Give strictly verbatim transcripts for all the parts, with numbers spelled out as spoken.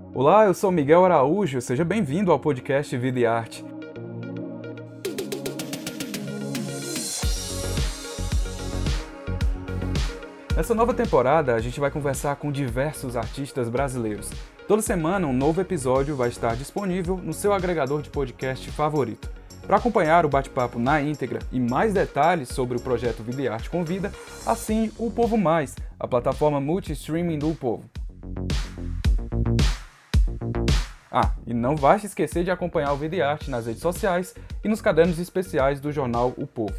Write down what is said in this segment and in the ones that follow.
Olá, eu sou Miguel Araújo, seja bem-vindo ao podcast Vida e Arte. Nessa nova temporada, a gente vai conversar com diversos artistas brasileiros. Toda semana, um novo episódio vai estar disponível no seu agregador de podcast favorito. Para acompanhar o bate-papo na íntegra e mais detalhes sobre o projeto Vida e Arte Convida, assine o Povo Mais, a plataforma multi-streaming do Povo. Ah, e não vai se esquecer de acompanhar o Vida e Arte nas redes sociais e nos cadernos especiais do jornal O Povo.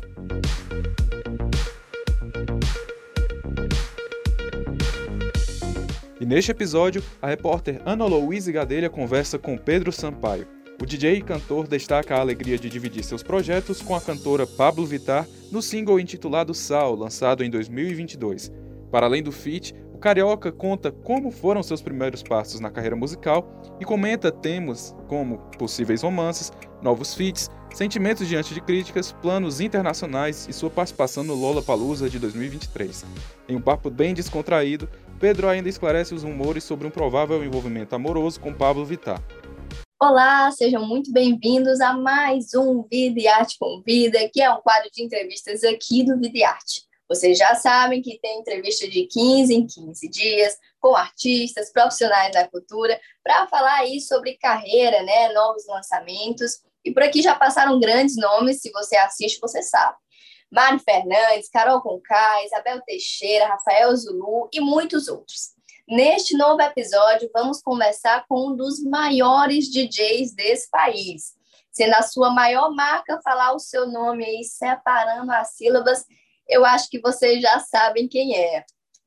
E neste episódio, a repórter Ana Louise Gadelha conversa com Pedro Sampaio. O D J e cantor destaca a alegria de dividir seus projetos com a cantora Pablo Vittar no single intitulado Sal, lançado em dois mil e vinte e dois. Para além do feat, o carioca conta como foram seus primeiros passos na carreira musical e comenta temas como possíveis romances, novos feats, sentimentos diante de críticas, planos internacionais e sua participação no Lollapalooza de dois mil e vinte e três. Em um papo bem descontraído, Pedro ainda esclarece os rumores sobre um provável envolvimento amoroso com Pablo Vittar. Olá, sejam muito bem-vindos a mais um Vida e Arte Convida, que é um quadro de entrevistas aqui do Vida e Arte. Vocês já sabem que tem entrevista de quinze em quinze dias com artistas, profissionais da cultura, para falar aí sobre carreira, né, novos lançamentos. E por aqui já passaram grandes nomes, se você assiste, você sabe. Mari Fernandes, Carol Conká, Isabel Teixeira, Rafael Zulu e muitos outros. Neste novo episódio, vamos conversar com um dos maiores D Js desse país, sendo a sua maior marca falar o seu nome aí, separando as sílabas. Eu acho que vocês já sabem quem é.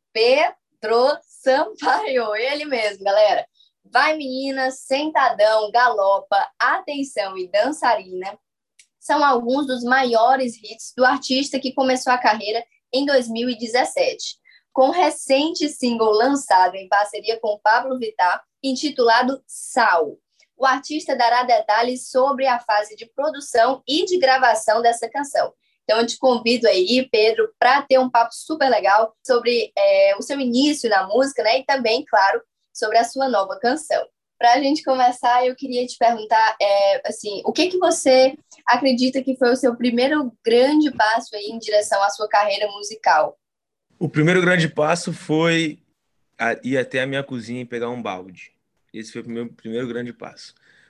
Pedro Sampaio, ele mesmo, galera. Vai Menina, Sentadão, Galopa, Atenção e Dançarina são alguns dos maiores hits do artista que começou a carreira em dois mil e dezessete. Com o recente single lançado em parceria com Pablo Vittar, intitulado Sal. O artista dará detalhes sobre a fase de produção e de gravação dessa canção. Então, eu te convido aí, Pedro, para ter um papo super legal sobre é, o seu início na música, né? E também, claro, sobre a sua nova canção. Para a gente começar, eu queria te perguntar, é, assim, o que, que você acredita que foi o seu primeiro grande passo aí em direção à sua carreira musical? O primeiro grande passo foi a- ir até a minha cozinha e pegar um balde. Esse foi o meu primeiro grande passo.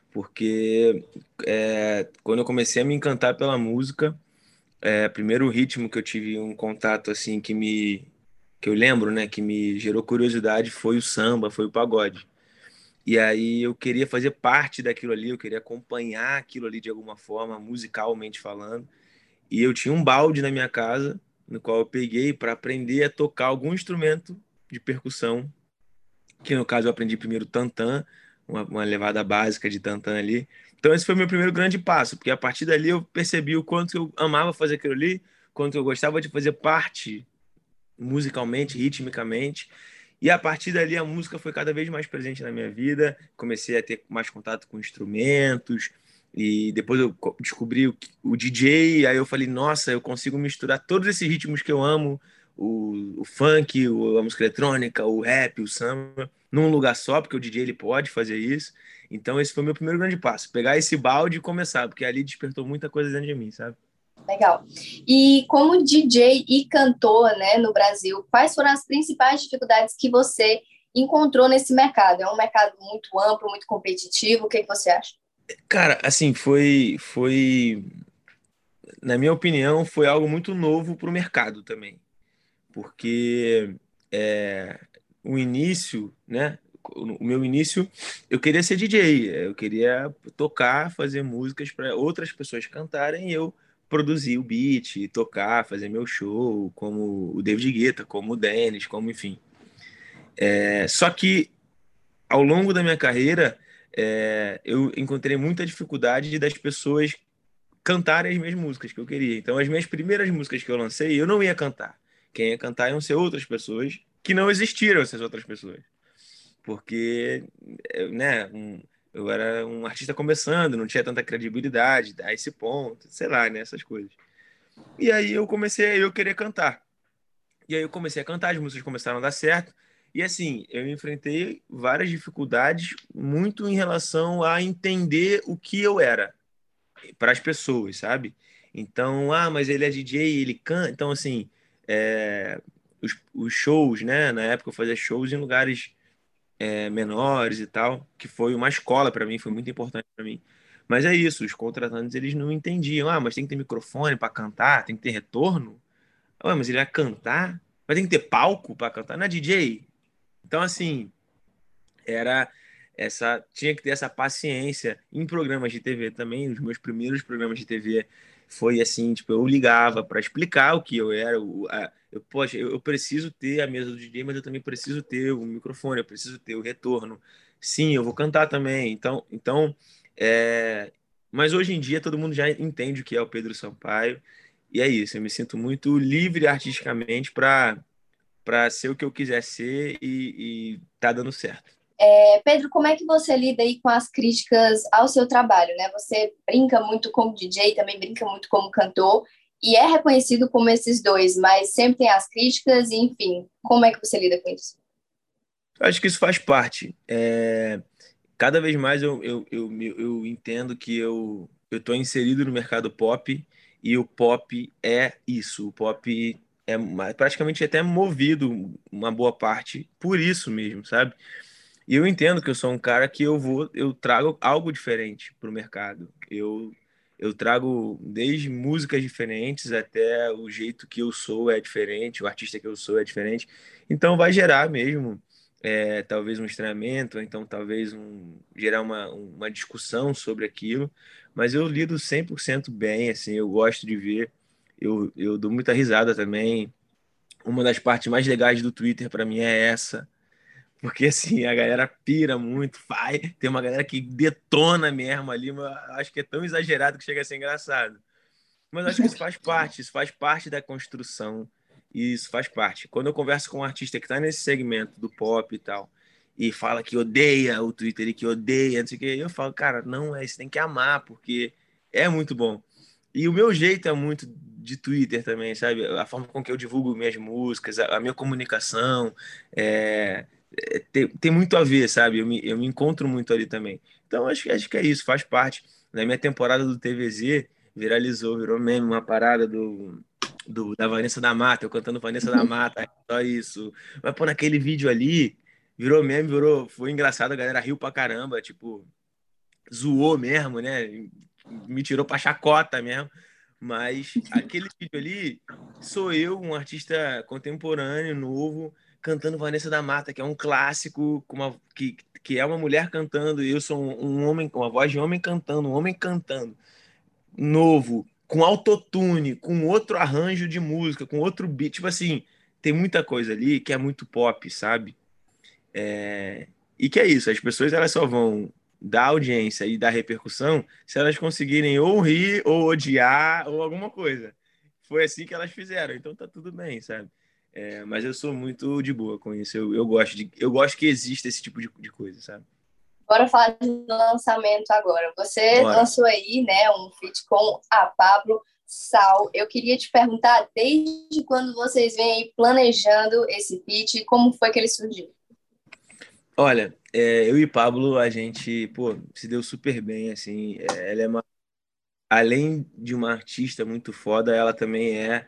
Porque é, quando eu comecei a me encantar pela música, é, primeiro ritmo que eu tive um contato assim que me que eu lembro, né, que me gerou curiosidade foi o samba, foi o pagode. E aí eu queria fazer parte daquilo ali, eu queria acompanhar aquilo ali de alguma forma, musicalmente falando. E eu tinha um balde na minha casa, no qual eu peguei para aprender a tocar algum instrumento de percussão, que no caso eu aprendi primeiro tantã, uma, uma levada básica de tantã ali. Então esse foi o meu primeiro grande passo, porque a partir dali eu percebi o quanto eu amava fazer aquilo ali, quanto eu gostava de fazer parte musicalmente, ritmicamente. E a partir dali a música foi cada vez mais presente na minha vida. Comecei a ter mais contato com instrumentos. E depois eu co- descobri o, o D J. Aí eu falei, nossa, eu consigo misturar todos esses ritmos que eu amo. O, o funk, o- a música eletrônica, o rap, o samba, num lugar só, porque o D J ele pode fazer isso. Então esse foi o meu primeiro grande passo. Pegar esse balde e começar, porque ali despertou muita coisa dentro de mim, sabe? Legal. E como D J e cantor, né, no Brasil, quais foram as principais dificuldades que você encontrou nesse mercado? É um mercado muito amplo, muito competitivo. O que que você acha? Cara, assim, foi, foi na minha opinião, foi algo muito novo para o mercado também, porque é, o início, né? O meu início, eu queria ser D J, eu queria tocar, fazer músicas para outras pessoas cantarem e eu produzir o beat, tocar, fazer meu show, como o David Guetta, como o Dennis, como enfim. É, só que ao longo da minha carreira, é, eu encontrei muita dificuldade das pessoas cantarem as minhas músicas que eu queria. Então, as minhas primeiras músicas que eu lancei, eu não ia cantar. Quem ia cantar iam ser outras pessoas que não existiram essas outras pessoas. Porque, eh, né, um- eu era um artista começando, não tinha tanta credibilidade a esse ponto, sei lá, né, essas coisas. E aí eu comecei a eu querer cantar. E aí eu comecei a cantar, as músicas começaram a dar certo. E assim, eu enfrentei várias dificuldades muito em relação a entender o que eu era para as pessoas, sabe? Então, ah, mas ele é D J, ele canta. Então, assim, é, os, os shows, né? Na época eu fazia shows em lugares é, menores e tal, que foi uma escola para mim, foi muito importante para mim. Mas é isso, os contratantes eles não entendiam. Ah, mas tem que ter microfone para cantar, tem que ter retorno. Ah, mas ele vai cantar? Mas tem que ter palco para cantar? Não é D J? Então, assim, era essa tinha que ter essa paciência em programas de T V também. Os meus primeiros programas de T V foi assim, tipo, eu ligava para explicar o que eu era. O, a, eu, poxa, eu, eu preciso ter a mesa do D J, mas eu também preciso ter o microfone, eu preciso ter o retorno. Sim, eu vou cantar também. Então, então é... mas hoje em dia todo mundo já entende o que é o Pedro Sampaio. E é isso, eu me sinto muito livre artisticamente para para ser o que eu quiser ser e, e tá dando certo. É, Pedro, como é que você lida aí com as críticas ao seu trabalho, né? Você brinca muito como D J, também brinca muito como cantor, e é reconhecido como esses dois, mas sempre tem as críticas, e enfim, como é que você lida com isso? Eu acho que isso faz parte. É, cada vez mais eu, eu, eu, me- eu entendo que eu eu estou inserido no mercado pop e o pop é isso. O pop é ma- praticamente até movido uma boa parte por isso mesmo, sabe? E eu entendo que eu sou um cara que eu vou, eu trago algo diferente para o mercado. Eu, eu trago desde músicas diferentes até o jeito que eu sou é diferente, o artista que eu sou é diferente. Então vai gerar mesmo, é, talvez um estranhamento, ou então talvez um, gerar uma, uma discussão sobre aquilo. Mas eu lido cem por cento bem, assim, eu gosto de ver. Eu, eu dou muita risada também. Uma das partes mais legais do Twitter para mim é essa porque assim, a galera pira muito, vai. Tem uma galera que detona mesmo ali, mas acho que é tão exagerado que chega a ser engraçado. Mas acho que isso faz parte, isso faz parte da construção. E isso faz parte. Quando eu converso com um artista que está nesse segmento do pop e tal, e fala que odeia o Twitter e que odeia, não sei o que, eu falo, cara, não é, você tem que amar, porque é muito bom. E o meu jeito é muito de Twitter também, sabe? A forma com que eu divulgo minhas músicas, a, a minha comunicação, é, é, tem, tem muito a ver, sabe? Eu me, eu me encontro muito ali também. Então, acho, que- acho que é isso, faz parte. Na minha temporada do T V Z, viralizou, virou meme, uma parada do, do, da Vanessa da Mata, eu cantando Vanessa da Mata, só isso. Mas, pô, naquele vídeo ali, virou meme, virou, foi engraçado, a galera riu pra caramba, tipo, zoou mesmo, né? Me tirou pra chacota mesmo. Mas aquele vídeo ali sou eu, um artista contemporâneo, novo, cantando Vanessa da Mata, que é um clássico, com uma, que, que é uma mulher cantando, e eu sou um, um homem, com uma voz de homem cantando, um homem cantando novo, com autotune, com outro arranjo de música, com outro beat. Tipo assim, tem muita coisa ali que é muito pop, sabe? É, e que é isso, as pessoas elas só vão dar audiência e dar repercussão se elas conseguirem ou rir, ou odiar, ou alguma coisa. Foi assim que elas fizeram, então tá tudo bem, sabe? É, mas eu sou muito de boa com isso. Eu, eu gosto de, eu gosto que exista esse tipo de, de coisa, sabe? Bora falar de lançamento agora. Você Bora. lançou aí, né, um feat com a Pablo Sal. Eu queria te perguntar, desde quando vocês vêm aí planejando esse feat, como foi que ele surgiu? Olha, é, eu e Pablo, a gente, pô, se deu super bem, assim. É, ela é uma, além de uma artista muito foda, ela também é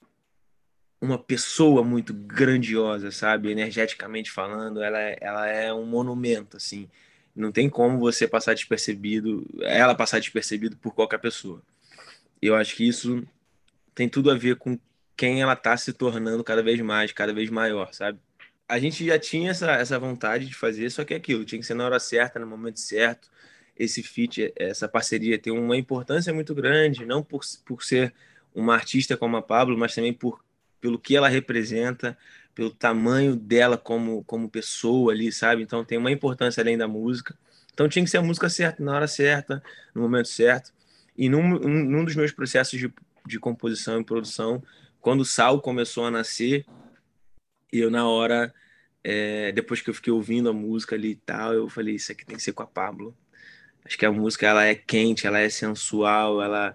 uma pessoa muito grandiosa, sabe? Energeticamente falando, ela, é- ela é um monumento, assim. Não tem como você passar despercebido, ela passar despercebido por qualquer pessoa. Eu acho que isso tem tudo a ver com quem ela tá se tornando cada vez mais, cada vez maior, sabe? A gente já tinha essa, essa vontade de fazer, só que é aquilo, tinha que ser na hora certa, no momento certo. Esse feat, essa parceria tem uma importância muito grande, não por, por ser uma artista como a Pablo, mas também por, pelo que ela representa, pelo tamanho dela como, como pessoa ali, sabe? Então tem uma importância além da música. Então tinha que ser a música certa, na hora certa, no momento certo. E num, num num dos meus processos de, de composição e produção, quando o Sal começou a nascer, eu na hora é, depois que eu fiquei ouvindo a música ali e tal, eu falei, isso aqui tem que ser com a Pablo. Acho que a música ela é quente, ela é sensual, ela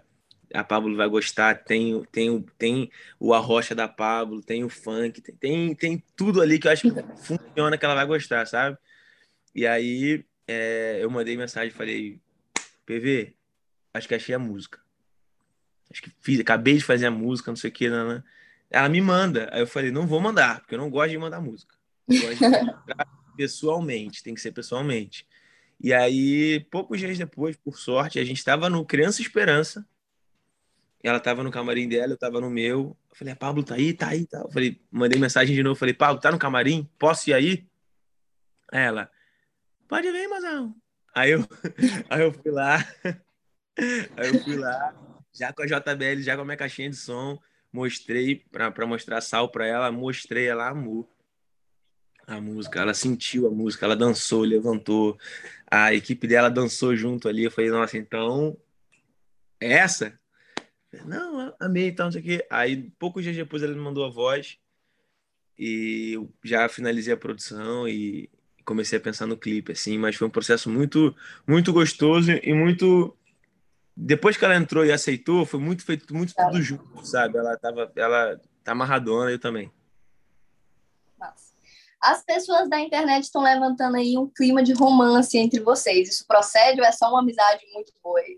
a Pablo vai gostar, tem, o- tem, o- tem o arrocha da Pablo, tem o funk, tem, tem, tem tudo ali que eu acho que funciona, que ela vai gostar, sabe? E aí é, eu mandei mensagem e falei, P V, acho que achei a música. Acho que fiz, acabei de fazer a música, não sei o que, né? Ela me manda. Aí eu falei, não vou mandar, porque eu não gosto de mandar música. Eu gosto de mostrar pessoalmente, tem que ser pessoalmente. E aí, poucos dias depois, por sorte, a gente estava no Criança Esperança. Ela estava no camarim dela, eu estava no meu. Eu falei, a Pablo tá aí, tá aí, tá. Eu falei, mandei mensagem de novo, falei, Pablo, tá no camarim? Posso ir aí? Aí ela, pode vir, mozão. Aí eu, aí eu fui lá, aí eu fui lá, já com a J B L, já com a minha caixinha de som, mostrei pra, pra mostrar sal pra ela, mostrei, ela amou a música, ela sentiu a música, ela dançou, levantou, a equipe dela dançou junto ali. Eu falei, nossa, então é essa? Não, amei, então, não sei o quê. Aí, poucos dias depois, ela me mandou a voz e eu já finalizei a produção e comecei a pensar no clipe, assim, mas foi um processo muito, muito gostoso e muito. Depois que ela entrou e aceitou, foi muito feito, muito tudo junto, sabe? Ela tava, ela tá amarradona, eu também. Massa. As pessoas da internet estão levantando aí um clima de romance entre vocês. Isso procede ou é só uma amizade muito boa aí?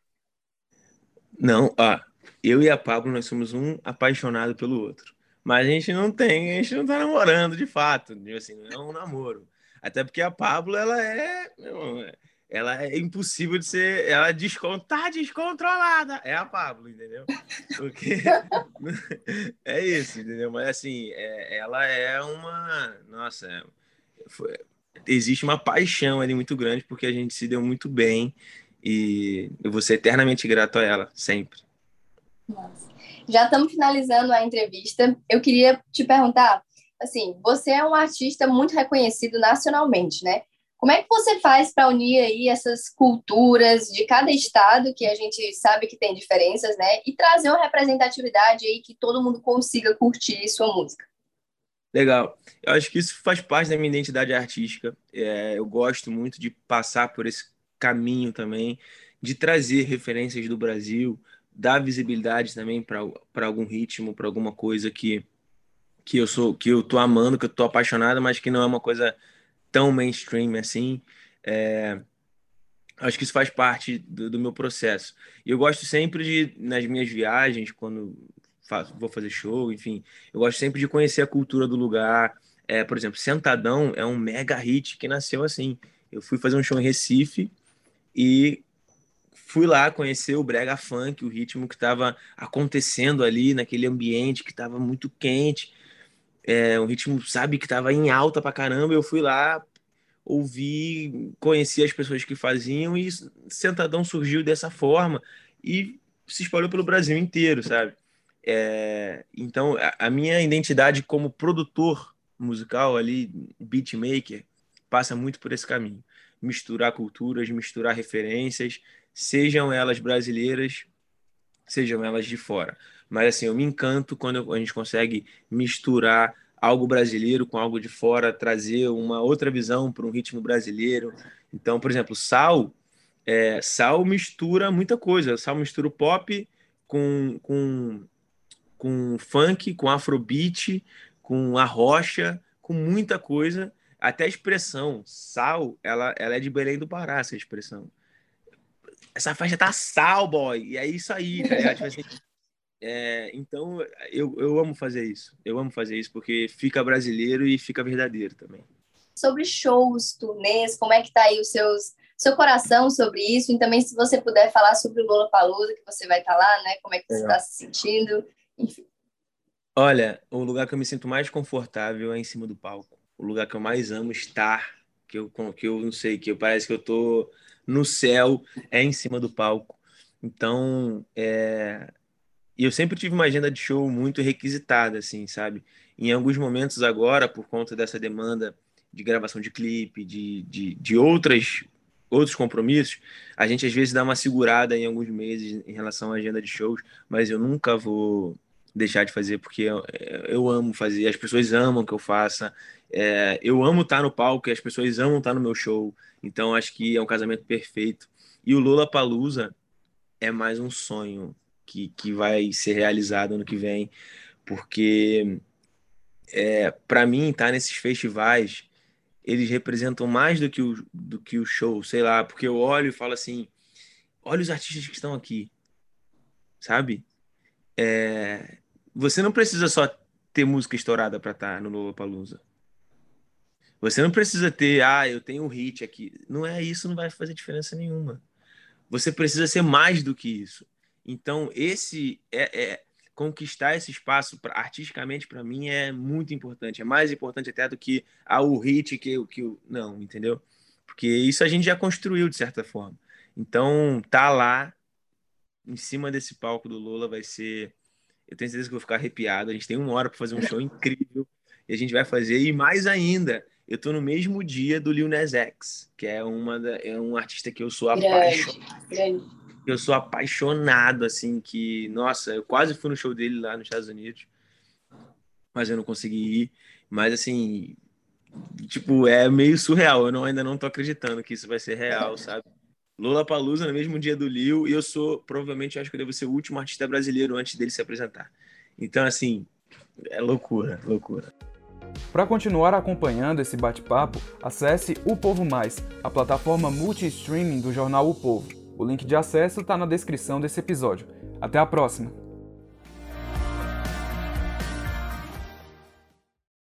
Não, ó, eu e a Pablo, nós somos um apaixonado pelo outro. Mas a gente não tem, a gente não tá namorando de fato, tipo assim, não é um namoro. Até porque a Pablo, ela é, meu, ela é impossível de ser, ela é descon, tá descontrolada. É a Pablo, entendeu? Porque é isso, entendeu? Mas assim, é- ela é uma, nossa, é- foi- existe uma paixão ali muito grande porque a gente se deu muito bem e eu vou ser eternamente grato a ela, sempre. Massa. Já estamos finalizando a entrevista. Eu queria te perguntar, assim, você é um artista muito reconhecido nacionalmente, né? Como é que você faz para unir aí essas culturas de cada estado, que a gente sabe que tem diferenças, né? E trazer uma representatividade aí que todo mundo consiga curtir sua música? Legal. Eu acho que isso faz parte da minha identidade artística. É, eu gosto muito de passar por esse caminho também, de trazer referências do Brasil, dar visibilidade também para para algum ritmo, para alguma coisa que, que eu sou, que eu tô amando, que eu tô apaixonado, mas que não é uma coisa tão mainstream assim. É, acho que isso faz parte do, do meu processo. E eu gosto sempre de, nas minhas viagens, quando faço, vou fazer show, enfim, eu gosto sempre de conhecer a cultura do lugar. É, por exemplo, Sentadão é um mega hit que nasceu assim. Eu fui fazer um show em Recife e fui lá conhecer o brega funk, o ritmo que estava acontecendo ali naquele ambiente que estava muito quente, é um ritmo, sabe, que estava em alta pra caramba. Eu fui lá, ouvi, conheci as pessoas que faziam e Sentadão surgiu dessa forma e se espalhou pelo Brasil inteiro, sabe? É, então, a, a minha identidade como produtor musical ali, beatmaker, passa muito por esse caminho. Misturar culturas, misturar referências, sejam elas brasileiras, sejam elas de fora. Mas assim, eu me encanto quando a gente consegue misturar algo brasileiro com algo de fora, trazer uma outra visão para um ritmo brasileiro. Então, por exemplo, Sal, é, Sal mistura muita coisa. Sal mistura o pop com, com, com funk, com afrobeat, com arrocha, com muita coisa. Até a expressão Sal, ela, ela é de Belém do Pará, essa expressão. Essa faixa tá sal, boy. E é isso aí, tá ligado? Tipo assim, é, então, eu, eu amo fazer isso. Eu amo fazer isso porque fica brasileiro e fica verdadeiro também. Sobre shows, turnês, como é que tá aí os seus seu coração sobre isso? E também se você puder falar sobre o Lollapalooza, que você vai estar lá, né? Como é que você está Legal. se sentindo? Enfim. Olha, o lugar que eu me sinto mais confortável é em cima do palco. O lugar que eu mais amo estar, que eu, que eu não sei, que eu, parece que eu tô no céu, é em cima do palco. Então, é, e eu sempre tive uma agenda de show muito requisitada, assim, sabe? Em alguns momentos agora, por conta dessa demanda de gravação de clipe, de, de, de outras, outros compromissos, a gente às vezes dá uma segurada em alguns meses em relação à agenda de shows, mas eu nunca vou deixar de fazer porque eu, eu amo fazer, as pessoas amam que eu faça, é, eu amo estar no palco e as pessoas amam estar no meu show, então acho que é um casamento perfeito. E o Lollapalooza é mais um sonho que, que vai ser realizado ano que vem, porque é, para mim, estar nesses festivais, eles representam mais do que, o, do que o show, sei lá, porque eu olho e falo assim, olha os artistas que estão aqui, sabe? É, você não precisa só ter música estourada para estar no Lollapalooza. Você não precisa ter, ah, eu tenho um hit aqui. Não é isso, não vai fazer diferença nenhuma. Você precisa ser mais do que isso. Então, esse é, é conquistar esse espaço pra, artisticamente para mim é muito importante. É mais importante até do que ah, o hit que o que o não, entendeu? Porque isso a gente já construiu de certa forma. Então, tá lá em cima desse palco do Lola vai ser, eu tenho certeza que eu vou ficar arrepiado. A gente tem uma hora para fazer um show incrível e a gente vai fazer e mais ainda. Eu tô no mesmo dia do Lil Nas X, que é uma da, é um artista que eu sou apaixonado. Grande. Eu sou apaixonado, assim, que, nossa, eu quase fui no show dele lá nos Estados Unidos, mas eu não consegui ir. Mas, assim, tipo, é meio surreal. Eu não, ainda não tô acreditando que isso vai ser real, sabe? Lollapalooza no mesmo dia do Lil, e eu sou, provavelmente, acho que eu devo ser o último artista brasileiro antes dele se apresentar. Então, assim, é loucura, loucura. Para continuar acompanhando esse bate-papo, acesse O Povo Mais, a plataforma multi-streaming do jornal O Povo. O link de acesso está na descrição desse episódio. Até a próxima!